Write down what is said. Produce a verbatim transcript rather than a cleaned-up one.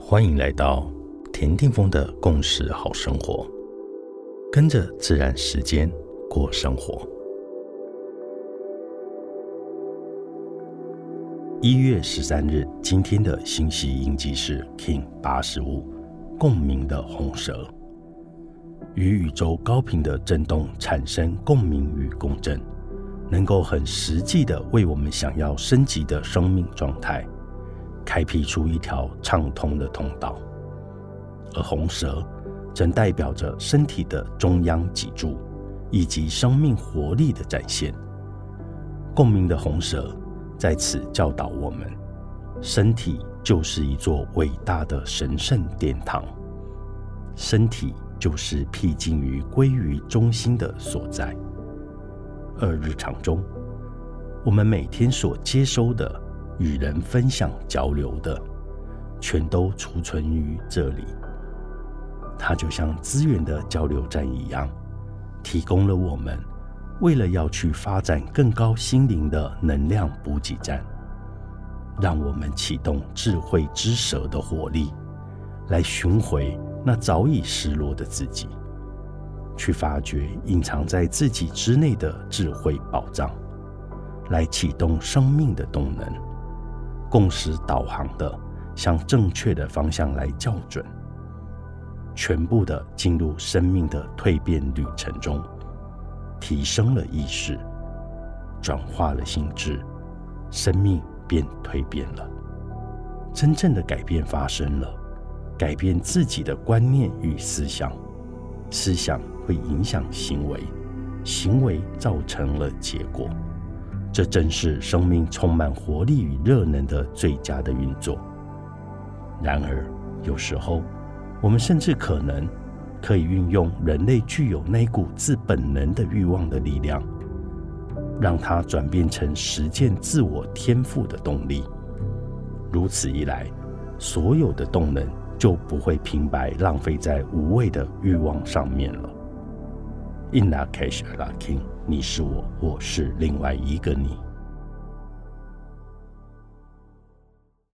欢迎来到田定峰的共识好生活，跟着自然时间过生活。一月十三日，今天的星系印记是 King 八十五，共鸣的红蛇，与宇宙高频的振动产生共鸣与共振，能够很实际的为我们想要升级的生命状态开辟出一条畅通的通道。而红蛇正代表着身体的中央脊柱以及生命活力的展现。共鸣的红蛇在此教导我们，身体就是一座伟大的神圣殿堂，身体就是僻静于归于中心的所在。而日常中，我们每天所接收的与人分享交流的，全都储存于这里。它就像资源的交流站一样，提供了我们为了要去发展更高心灵的能量补给站，让我们启动智慧之蛇的活力，来寻回那早已失落的自己，去发掘隐藏在自己之内的智慧宝藏，来启动生命的动能，共识导航的向正确的方向来校准，全部的进入生命的蜕变旅程中，提升了意识，转化了心智，生命便蜕变了。真正的改变发生了，改变自己的观念与思想，思想会影响行为，行为造成了结果。这正是生命充满活力与热能的最佳的运作。然而，有时候我们甚至可能可以运用人类具有那股自本能的欲望的力量，让它转变成实践自我天赋的动力。如此一来，所有的动能就不会平白浪费在无谓的欲望上面了。In Lak'ech Ala K'in， 你是我，我是另外一个你。